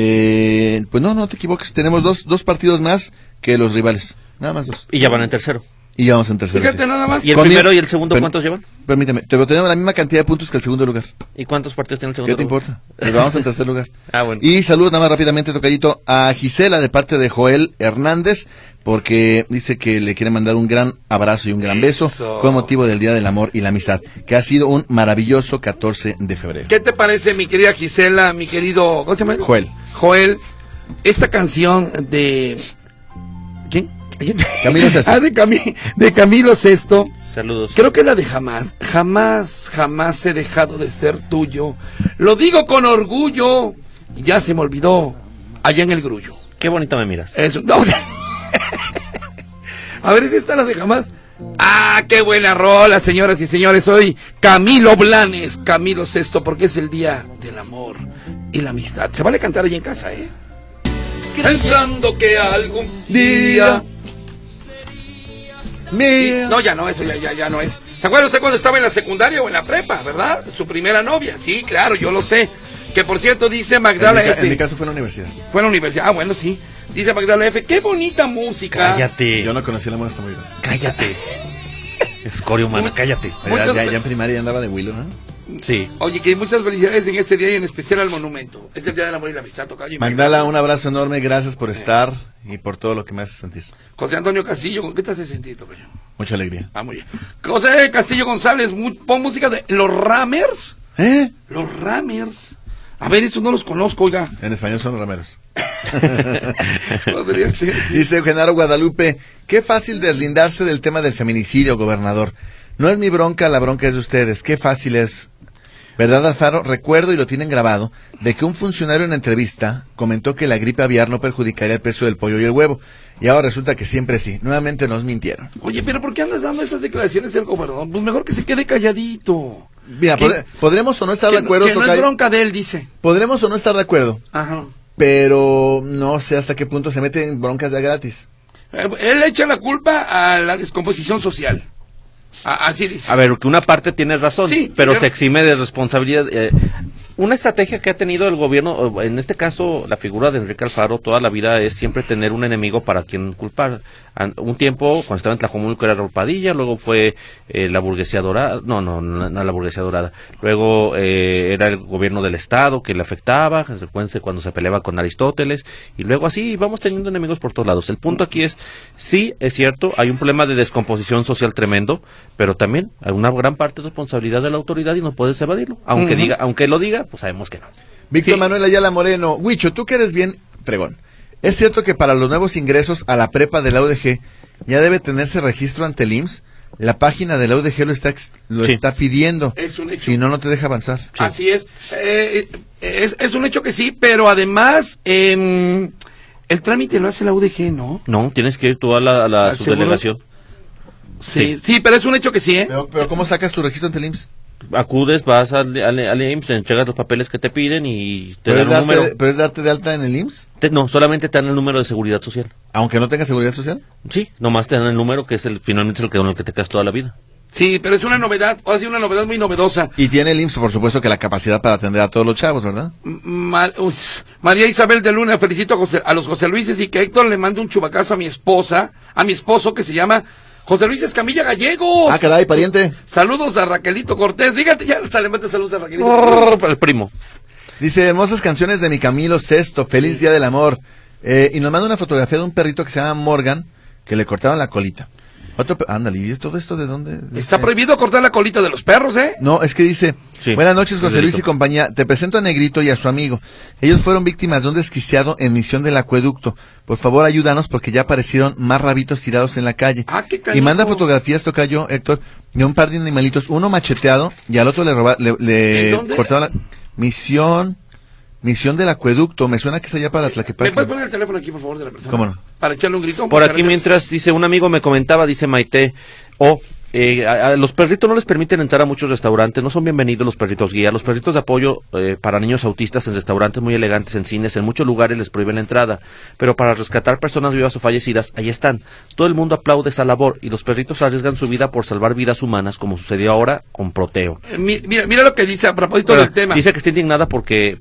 Eh, pues no, no te equivoques, tenemos dos, dos partidos más que los rivales, nada más dos. Y ya van en tercero. Y ya vamos en tercero. Fíjate sí. nada más. ¿Y el Con primero mi- y el segundo per- cuántos llevan? Permíteme, pero tenemos la misma cantidad de puntos que el segundo lugar. ¿Y cuántos partidos tiene el ¿Qué segundo? te lugar? importa? Pues vamos en tercer lugar. Ah, bueno. Y saludos nada más rápidamente, tocallito, a Gisela de parte de Joel Hernández, porque dice que le quiere mandar un gran abrazo y un gran beso Eso. con motivo del Día del Amor y la Amistad, que ha sido un maravilloso catorce de febrero. ¿Qué te parece, mi querida Gisela, mi querido, ¿cómo se llama? Joel. Joel, esta canción de... ¿Quién? Camilo Sesto. Ah, de, Cami- de Camilo Sesto. Saludos. Creo que la de jamás. Jamás, jamás he dejado de ser tuyo. Lo digo con orgullo. Ya se me olvidó. Allá en el grullo. Qué bonita me miras. Eso. No. A ver si está la de jamás. Ah, qué buena rola, señoras y señores. Hoy Camilo Blanes, Camilo Sesto, porque es el día del amor y la amistad. Se vale cantar allí en casa, ¿eh? Pensando que algún día... Y- Mira. no, ya no, eso ya, ya, ya no es. ¿Se acuerda usted cuando estaba en la secundaria o en la prepa, verdad? Su primera novia. Sí, claro, yo lo sé. Que por cierto dice En Magdala mi, ca- F. en mi caso fue en la universidad. Fue a la universidad. Ah, bueno, sí. Dice Magdala F. Qué bonita música. Cállate. Yo no conocí el amor hasta muy grande. Cállate. escoria humana, cállate. Muchas Ya, ve- ya en primaria andaba de Willow, ¿no? Sí. Oye, que muchas felicidades en este día y en especial al monumento. Es el Día del Amor y la Amistad, tocayo. Magdala, un abrazo enorme, gracias por estar y por todo lo que me hace sentir. José Antonio Castillo, ¿con qué te hace sentir, tocayo? Mucha alegría. Ah, muy bien. José Castillo González, mu- pon música de Los Ramers. ¿Eh? Los Ramers. A ver, estos no los conozco, oiga. En español son rameros. Podría ser. sí. Dice Genaro Guadalupe, qué fácil deslindarse del tema del feminicidio, gobernador. No es mi bronca, la bronca es de ustedes. Qué fácil es. ¿Verdad, Alfaro? Recuerdo, y lo tienen grabado, de que un funcionario en entrevista comentó que la gripe aviar no perjudicaría el precio del pollo y el huevo. Y ahora resulta que siempre sí. Nuevamente nos mintieron. Oye, pero ¿por qué andas dando esas declaraciones del gobernador? Pues mejor que se quede calladito. Mira, Que- pod- podremos o no estar que de no- acuerdo, que no es Tocayo. bronca de él, dice. Podremos o no estar de acuerdo, Ajá. pero no sé hasta qué punto se meten en broncas de a gratis. Eh, Él echa la culpa a la descomposición social. A- así dice. A ver, que una parte tiene razón, Sí, pero tiene- se exime de responsabilidad. eh, una estrategia que ha tenido el gobierno, o en este caso la figura de Enrique Alfaro, toda la vida es siempre tener un enemigo para quien culpar. An- un tiempo, cuando estaba en Tlajomulco, era Raúl Padilla, luego fue eh, la burguesía dorada, no, no, no, no la burguesía dorada, luego eh, era el gobierno del Estado que le afectaba, consecuencia cuando se peleaba con Aristóteles, y luego así vamos teniendo enemigos por todos lados. El punto aquí es, sí, es cierto, hay un problema de descomposición social tremendo, pero también hay una gran parte de responsabilidad de la autoridad y no puedes evadirlo, aunque Ujú. diga, aunque lo diga, pues sabemos que no. Víctor Sí. Manuel Ayala Moreno, Huicho, tú que eres bien fregón. ¿Es cierto que para los nuevos ingresos a la prepa de la U D G ya debe tenerse registro ante el I M S S? La página de la U D G lo está ex- lo Sí. está pidiendo. Es un hecho. Si no, no te deja avanzar. Así es. Eh, eh, es. Es un hecho que sí, pero además em, el trámite lo hace la U D G, ¿no? No, tienes que ir tú a la, a la ¿Al seguro? subdelegación. Sí, sí, pero es un hecho que sí, ¿eh? Pero, pero ¿cómo sacas tu registro ante el I M S S? Acudes, vas al, al, al I M S S, te entregas los papeles que te piden y te ¿Pero dan es, un darte, número. ¿Pero es darte de alta en el I M S S? Te- no, solamente te dan el número de seguridad social. Aunque no tenga seguridad social. Sí, nomás te dan el número que es el finalmente es el que con el que te quedas toda la vida. Sí, pero es una novedad, ahora sí una novedad muy novedosa. Y tiene el I M S S, por supuesto, que la capacidad para atender a todos los chavos, ¿verdad? M- Ma- uy, María Isabel de Luna, felicito a, José- a los José Luises y que Héctor le mande un chubacazo a mi esposa, a mi esposo que se llama José Luis Escamilla Gallegos. Ah, caray, pariente. Saludos a Raquelito Cortés. Fíjate, ya hasta le mete saludos a Raquelito Oh, Cortés. el primo. Dice, hermosas canciones de mi Camilo Sesto, feliz Día del Amor. Eh, y nos manda una fotografía de un perrito que se llama Morgan, que le cortaban la colita. Otro, pe- ándale, ¿y todo esto de dónde? Está Dice- prohibido cortar la colita de los perros, ¿eh? No, es que dice, Sí, buenas noches es José Luis delito. y compañía, te presento a Negrito y a su amigo. Ellos fueron víctimas de un desquiciado en Misión del Acueducto. Por favor ayúdanos porque ya aparecieron más rabitos tirados en la calle. Ah, qué Y canijo. manda fotografías, tocayo, Héctor, de un par de animalitos, uno macheteado y al otro le roba, le, le ¿En dónde? cortaban la... Misión, Misión del Acueducto, me suena que es allá para ¿Me Tlaquepaque. puedes poner el teléfono aquí, por favor, de la persona? ¿Cómo no? Para echarle un grito. Por Muchas aquí gracias. mientras dice un amigo me comentaba, dice Maite, o eh, a, a los perritos no les permiten entrar a muchos restaurantes, no son bienvenidos los perritos guía, los perritos de apoyo eh, para niños autistas en restaurantes muy elegantes, en cines, en muchos lugares les prohíben la entrada, pero para rescatar personas vivas o fallecidas, ahí están. Todo el mundo aplaude esa labor y los perritos arriesgan su vida por salvar vidas humanas, como sucedió ahora con Proteo. Eh, mi- Mira, mira lo que dice a propósito Bueno, del tema. dice que está indignada porque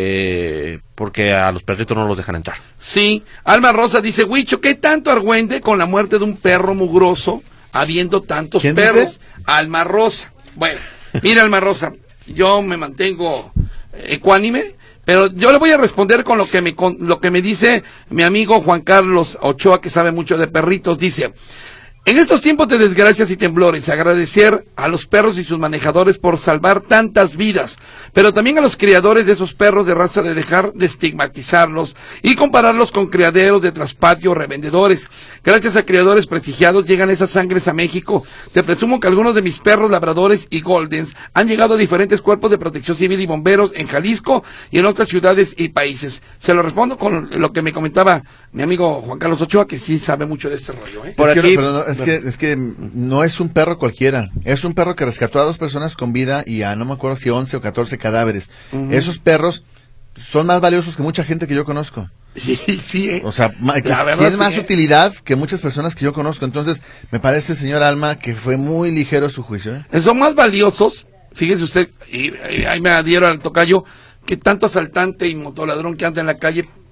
eh, porque a los perritos no los dejan entrar. Sí, Alma Rosa dice, Huicho, ¿qué tanto argüende con la muerte de un perro mugroso habiendo tantos ¿Quién perros? dice? Alma Rosa. Bueno, mira Alma Rosa, yo me mantengo eh, ecuánime, pero yo le voy a responder con lo que me con, lo que me dice mi amigo Juan Carlos Ochoa, que sabe mucho de perritos. Dice, en estos tiempos de desgracias y temblores, agradecer a los perros y sus manejadores por salvar tantas vidas, pero también a los criadores de esos perros de raza de dejar de estigmatizarlos y compararlos con criaderos de traspatio o revendedores. Gracias a criadores prestigiados llegan esas sangres a México. Te presumo que algunos de mis perros labradores y goldens han llegado a diferentes cuerpos de protección civil y bomberos en Jalisco y en otras ciudades y países. Se lo respondo con lo que me comentaba mi amigo Juan Carlos Ochoa, que sí sabe mucho de este rollo, ¿eh? Por es, que, aquí- no, perdón, no, es, que, es que no es un perro cualquiera, es un perro que rescató a dos personas con vida y a no me acuerdo si once o catorce cadáveres. Ujú. Esos perros son más valiosos que mucha gente que yo conozco. Sí, sí, ¿eh? O sea, ma- La verdad, tienen sí, más ¿eh? utilidad que muchas personas que yo conozco. Entonces, me parece, señor Alma, que fue muy ligero su juicio. ¿eh? Son más valiosos, fíjese usted, y, y ahí me adhiero al tocayo, que tanto asaltante y motoladrón que anda en la calle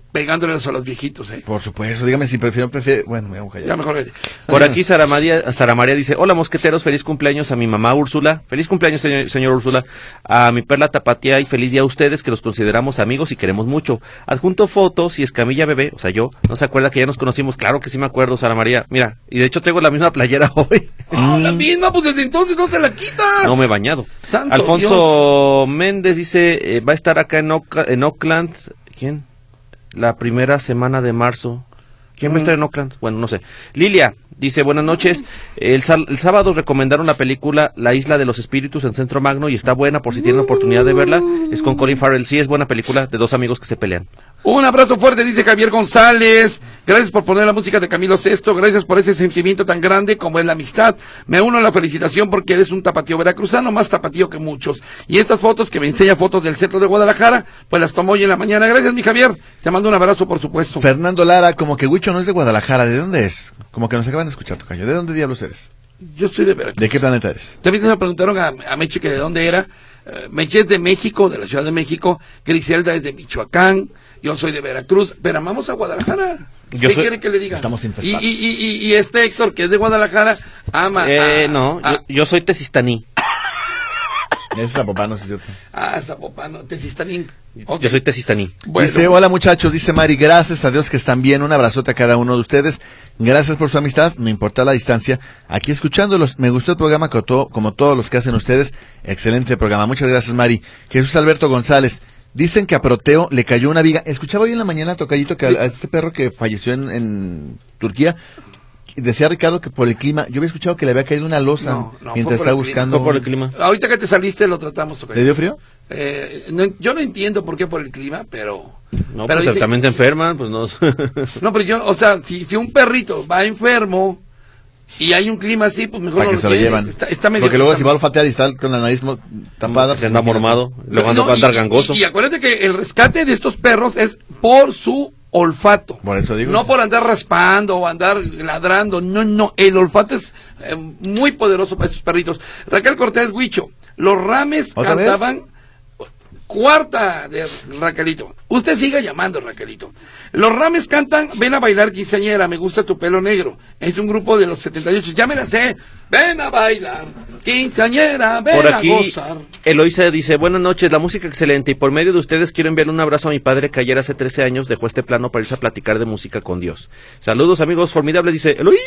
pegándoles a los viejitos, ¿eh? Por supuesto, dígame si prefiero, prefiero, bueno, me voy a callar. Ya mejor vete. Por aquí Sara María, Sara María dice, hola mosqueteros, feliz cumpleaños a mi mamá Úrsula, feliz cumpleaños señor, señor Úrsula, a mi perla Tapatía y feliz día a ustedes que los consideramos amigos y queremos mucho. Adjunto fotos y Escamilla bebé, o sea yo, no se acuerda que ya nos conocimos, claro que sí me acuerdo Sara María, mira, y de hecho tengo la misma playera hoy. Ah, la misma, pues desde entonces no se la quitas. No me he bañado. Santo Alfonso Dios. Méndez dice, eh, va a estar acá en, Oca, en Oakland, ¿quién? La primera semana de marzo. ¿Quién va a estar en Oakland? Bueno, no sé. Lilia dice, buenas noches. El, el sábado recomendaron la película La Isla de los Espíritus en Centro Magno y está buena por si tienen oportunidad de verla. Es con Colin Farrell. Sí, es buena película de dos amigos que se pelean. Un abrazo fuerte, dice Javier González. Gracias por poner la música de Camilo Sesto. Gracias por ese sentimiento tan grande como es la amistad. Me uno a la felicitación porque eres un tapatío veracruzano, más tapatío que muchos. Y estas fotos que me enseña fotos del centro de Guadalajara, pues las tomó hoy en la mañana. Gracias, mi Javier. Te mando un abrazo, por supuesto. Fernando Lara, como que Huicho no es de Guadalajara. ¿De dónde es? Como que nos acaban de escuchar, tocayo. ¿De dónde diablos eres? Yo soy de Veracruz. ¿De qué planeta eres? También me preguntaron a, a Meche que de dónde era. Uh, Meche es de México, de la Ciudad de México. Griselda es de Michoacán. Yo soy de Veracruz. Pero amamos a Guadalajara. Yo ¿Qué soy... quiere que le diga? Estamos y, infestados. y, y, y, y este Héctor, que es de Guadalajara, ama Eh, a... no, a, yo, yo soy tesistaní. Es Zapopano, sí es cierto. Ah, Zapopano, Tezistalín. Okay. Yo soy tesistaní. Bueno. Dice, hola muchachos, dice Mari, gracias a Dios que están bien, un abrazote a cada uno de ustedes, gracias por su amistad, no importa la distancia, aquí escuchándolos, me gustó el programa como, todo, como todos los que hacen ustedes, excelente programa, muchas gracias Mari. Jesús Alberto González, dicen que a Proteo le cayó una viga, escuchaba hoy en la mañana, tocayito, que a, a este perro que falleció en, en Turquía, decía Ricardo que por el clima, yo había escuchado que le había caído una losa No, no, mientras fue por estaba el buscando. Fue por el clima. Ahorita que te saliste lo tratamos. Okay. ¿Le dio frío? Eh, no, yo no entiendo por qué por el clima, pero... No, pero pues dice- también se enferman, pues no. No, pero yo, o sea, si, si un perrito va enfermo y hay un clima así, pues mejor Para no que lo se lo lleves. llevan. Está, está medio... Porque luego está- si va a olfatear y está con la nariz mo- tapada. Se anda mormado, luego anda No, va a andar y- gangoso. Y, y acuérdate que el rescate de estos perros es por su olfato. Por eso digo. No por andar raspando o andar ladrando. No, no. El olfato es eh, muy poderoso para estos perritos. Raquel Cortés Huicho. Los Rames ¿Otra vez? cantaban. Cuarta de Raquelito. Usted siga llamando, Raquelito. Los Rames cantan Ven a bailar quinceañera, me gusta tu pelo negro. Es un grupo de los setenta y ocho. Ya me la sé. Ven a bailar quinceañera, ven Por a aquí, gozar. Eloisa dice, buenas noches, la música excelente, y por medio de ustedes quiero enviarle un abrazo a mi padre que ayer hace trece años dejó este plano para irse a platicar de música con Dios. Saludos amigos formidables, dice Eloy.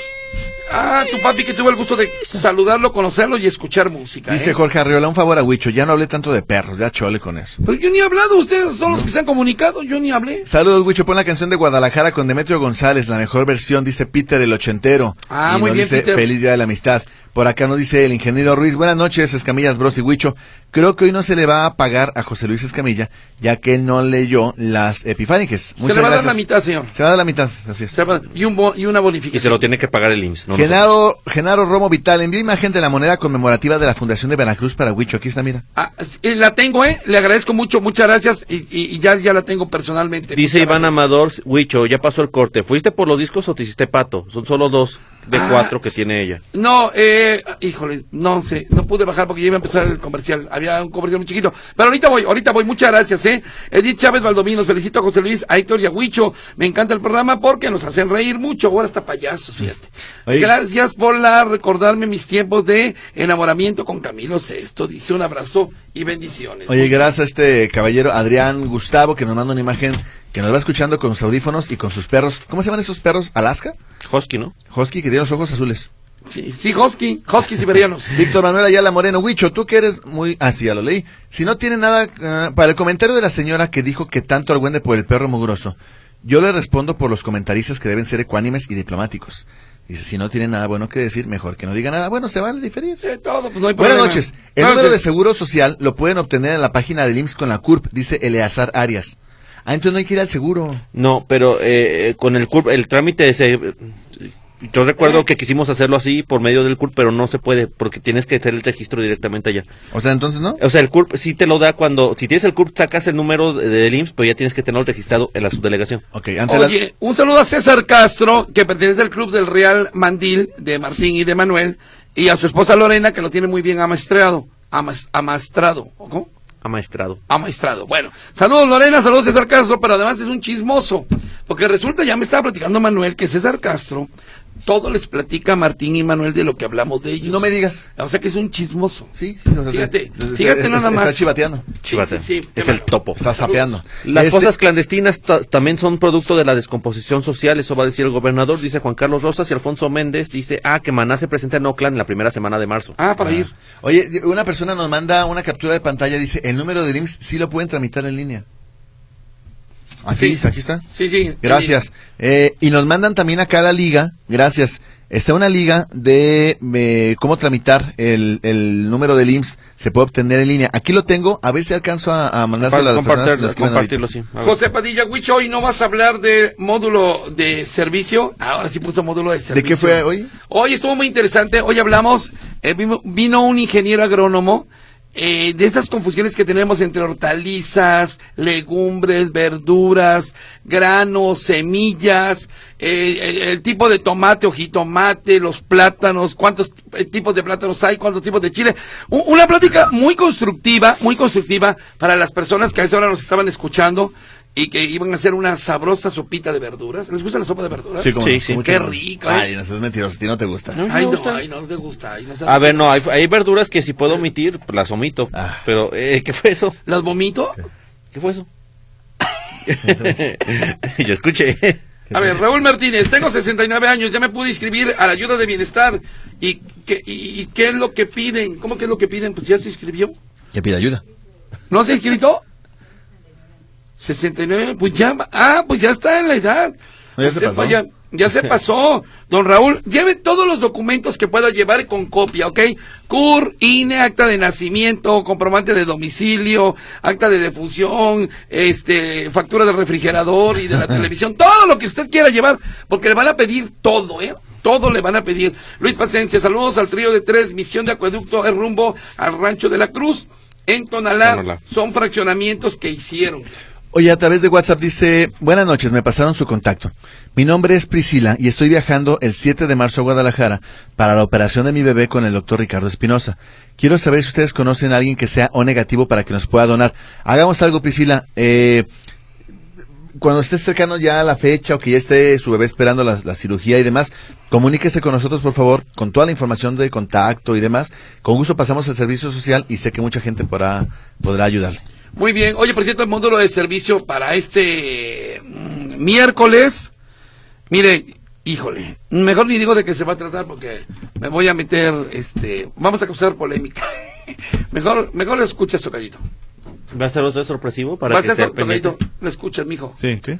Ah, tu papi que tuvo el gusto de saludarlo, conocerlo y escuchar música. Dice ¿eh? Jorge Arriola, un favor a Huicho, ya no hablé tanto de perros, ya chole con eso. Pero yo ni he hablado, ustedes son los que se han comunicado, yo ni hablé. Saludos, Huicho, pon la canción de Guadalajara con Demetrio González, la mejor versión, dice Peter el ochentero. Ah, y muy nos bien, dice, Peter. Feliz Día de la Amistad. Por acá nos dice el ingeniero Ruiz, buenas noches, Escamillas, Bros y Huicho. Creo que hoy no se le va a pagar a José Luis Escamilla, ya que él no leyó las epifániques. Se le va a dar la mitad, señor. Se va a dar la mitad, así es. Se le va a dar- Y, un bo- y una Y bonificación. se lo tiene que pagar el I M S S. No nosotros. Genaro, Genaro Romo Vital, envió imagen de la moneda conmemorativa de la Fundación de Veracruz para Huicho. Aquí está, mira. Ah, sí, la tengo, ¿eh? Le agradezco mucho, muchas gracias. Y, y- y ya, ya la tengo personalmente. Dice Muchas Iván gracias. Amador, Huicho, ya pasó el corte. ¿Fuiste por los discos o te hiciste pato? Son solo dos de Ah. cuatro que tiene ella. No, eh, híjole, no sé, no pude bajar porque ya iba a empezar el comercial. Había un comercial muy chiquito. Pero ahorita voy, ahorita voy, muchas gracias, eh. Edith Chávez Valdominos, felicito a José Luis, a Héctor y a Huicho. Me encanta el programa porque nos hacen reír mucho. Ahora está payaso, fíjate. Oye. Gracias por la recordarme mis tiempos de enamoramiento con Camilo Sesto. Dice un abrazo y bendiciones. Oye, gracias a este caballero Adrián Gustavo que nos manda una imagen que nos va escuchando con sus audífonos y con sus perros. ¿Cómo se llaman esos perros? ¿Alaska? Husky, ¿no? Husky, que tiene los ojos azules. Sí, sí, Husky, Husky siberianos. Víctor Manuel Ayala Moreno, Huicho, tú que eres muy... Ah, sí, ya lo leí. Si no tiene nada... ah, para el comentario de la señora que dijo que tanto argüende por el perro mugroso, yo le respondo por los comentaristas que deben ser ecuánimes y diplomáticos. Dice, si no tiene nada bueno que decir, mejor que no diga nada. Bueno, se vale diferir. Eh, todo, pues no hay Buenas problema. noches. El Buenas número de noches. seguro social lo pueden obtener en la página del I M S S con la C U R P, dice Eleazar Arias. Ah, entonces no hay que ir al seguro. No, pero eh, con el C U R P, el trámite se... Yo recuerdo que quisimos hacerlo así por medio del C U R P, pero no se puede porque tienes que hacer el registro directamente allá. O sea, entonces no. O sea, el C U R P sí te lo da cuando... Si tienes el C U R P, sacas el número de- del I M S S, pero ya tienes que tenerlo registrado en la subdelegación. Ok, ante la... Oye, un saludo a César Castro, que pertenece al club del Real Mandil, de Martín y de Manuel, y a su esposa Lorena, que lo tiene muy bien amaestrado. Amas, amastrado. ¿Cómo? Amaestrado. Amaestrado. Bueno, saludos Lorena, saludos César Castro, pero además es un chismoso, porque resulta, ya me estaba platicando Manuel, que César Castro todo les platica a Martín y Manuel de lo que hablamos de ellos. No me digas. O sea que es un chismoso. Sí, sí. O sea, fíjate, te, fíjate te, nada te, más. Está chivateando. Sí, sí, sí, es el topo. Está sapeando. Las Este- fosas clandestinas ta- también son producto de la descomposición social, eso va a decir el gobernador, dice Juan Carlos Rosas, y Alfonso Méndez dice, ah, que Maná se presenta en Oakland en la primera semana de marzo. Ah, para ir. Oye, una persona nos manda una captura de pantalla, dice, el número de I M S S sí lo pueden tramitar en línea. Aquí, Sí. aquí está. Sí, sí. Gracias. Eh, y nos mandan también acá la liga, gracias. Está una liga de eh, cómo tramitar el, el número del I M S S, se puede obtener en línea. Aquí lo tengo, a ver si alcanzo a, a mandárselo a las personas que Compartirlo, lo escriben compartirlo, ahorita. sí. A ver. José Padilla Huicho, hoy no vas a hablar de módulo de servicio. Ahora sí puso módulo de servicio. ¿De qué fue hoy? Hoy estuvo muy interesante. Hoy hablamos, eh, vino, vino un ingeniero agrónomo eh, de esas confusiones que tenemos entre hortalizas, legumbres, verduras, granos, semillas, eh, el, el tipo de tomate o jitomate, los plátanos, cuántos eh, tipos de plátanos hay, cuántos tipos de chile. U- una plática muy constructiva, muy constructiva para las personas que a esa hora nos estaban escuchando y que iban a hacer una sabrosa sopita de verduras. ¿Les gusta la sopa de verduras? Sí, cómo Sí, no, sí. con mucho Qué amor. rico, ¿eh? Ay, no seas mentiroso, a ti no te gusta. No. Ay, me no, gusta. ay, no te gusta. Ay, no sé. A ver, no, hay, hay verduras que si puedo omitir, pues las omito. Ah. Pero, eh, ¿qué fue eso? ¿Las vomito? ¿Qué fue eso? Yo escuché. A ver, Raúl Martínez, tengo sesenta y nueve años, ya me pude inscribir a la ayuda de bienestar. ¿Y qué, y, y qué es lo que piden? ¿Cómo que es lo que piden? Pues ya se inscribió. Que pide ayuda. ¿No se ha inscrito? sesenta y nueve, pues ya, ah, pues ya está en la edad. No, ya se Usted pasó. vaya- ya se pasó. Don Raúl, lleve todos los documentos que pueda llevar con copia, ¿ok? C U R, I N E, acta de nacimiento, comprobante de domicilio, acta de defunción, este, factura del refrigerador y de la televisión, todo lo que usted quiera llevar, porque le van a pedir todo, ¿eh? Todo le van a pedir. Luis Paciencia, saludos al trío de tres, misión de acueducto, es rumbo al Rancho de la Cruz, en Tonalá, Tonalá. son fraccionamientos que hicieron. Oye, a través de WhatsApp dice, buenas noches, me pasaron su contacto. Mi nombre es Priscila y estoy viajando el siete de marzo a Guadalajara para la operación de mi bebé con el doctor Ricardo Espinosa. Quiero saber si ustedes conocen a alguien que sea O negativo para que nos pueda donar. Hagamos algo, Priscila. Eh, cuando esté cercano ya a la fecha o que ya esté su bebé esperando la, la cirugía y demás, comuníquese con nosotros, por favor, con toda la información de contacto y demás. Con gusto pasamos el servicio social y sé que mucha gente podrá, podrá ayudarle. Muy bien. Oye, por cierto, el módulo de servicio para este mm, miércoles, mire, híjole, mejor ni digo de qué se va a tratar porque me voy a meter, este, vamos a causar polémica. mejor, mejor lo escuchas, tocadito. ¿Va a ser otro sorpresivo para Va a que ser esté tocadito, pendiente? lo escuchas, mijo. ¿Sí? ¿Qué?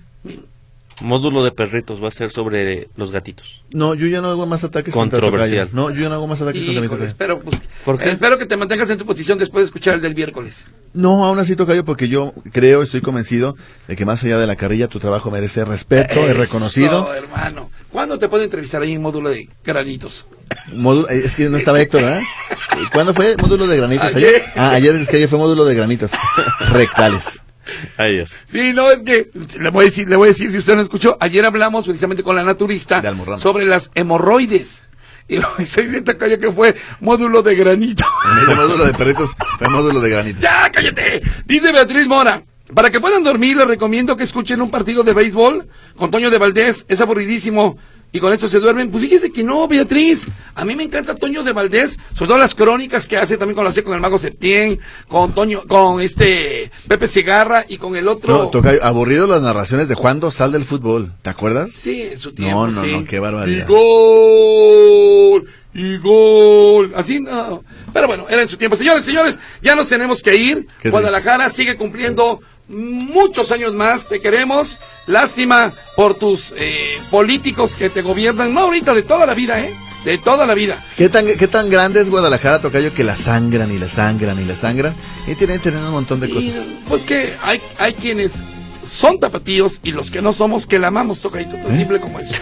Módulo de perritos va a ser sobre los gatitos. No, yo ya no hago más ataques contra Controversial. Tocayo. No, yo ya no hago más ataques contra mi Híjole, Tocayo. espero, pues, ¿Por qué? espero que te mantengas en tu posición después de escuchar el del miércoles. No, aún así Tocayo, porque yo creo, estoy convencido de que más allá de la carrilla, tu trabajo merece respeto, es reconocido. Eso, hermano. ¿Cuándo te puedo entrevistar ahí en módulo de granitos? Módulo- eh, es que no estaba Héctor, ¿verdad? ¿Cuándo fue módulo de granitos? Ayer. ¿Ayer? Ah, ayer es que ayer fue módulo de granitos rectales. Adiós. Sí, no, es que le voy a decir, le voy a decir, si usted no escuchó, ayer hablamos precisamente con la naturista De Almorramos. sobre las hemorroides. Y lo se dice calla que fue módulo de granito. En vez de módulo de perritos, fue módulo de granitos. ¡Ya, cállate! Dice Beatriz Mora. Para que puedan dormir, les recomiendo que escuchen un partido de béisbol con Toño de Valdés. Es aburridísimo. Y con esto se duermen. Pues fíjese que no, Beatriz. A mí me encanta Toño de Valdés. Sobre todo las crónicas que hace también con la con el Mago Septién. Con Toño, con este Pepe Segarra y con el otro. No, Tocayo, aburrido las narraciones de Juan Dosal del fútbol, ¿te acuerdas? Sí, en su tiempo, No, no, sí. no, qué barbaridad. Y gol, y gol. Así no. Pero bueno, era en su tiempo. Señores, señores, ya nos tenemos que ir. Qué Guadalajara sigue cumpliendo muchos años más. Te queremos. Lástima por tus eh, políticos que te gobiernan. No ahorita, de toda la vida, ¿eh? De toda la vida. ¿Qué tan, ¿Qué tan grande es Guadalajara, Tocayo, que la sangran y la sangran y la sangran? Y tienen, tienen un montón de Y, cosas. pues que hay, hay quienes son tapatíos y los que no somos que la amamos, tocadito, tan ¿Eh? simple como eso.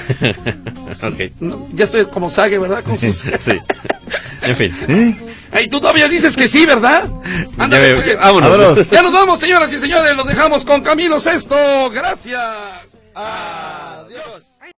Ok. No, ya estoy como Sague, ¿verdad? Con sus... Sí. En fin. ¿Eh? Ey, tú todavía dices que sí, ¿verdad? Ándale, Ya me- pues. vámonos. Vámonos. Ya nos vamos, señoras y señores, los dejamos con Camilo Sesto. Gracias. Adiós.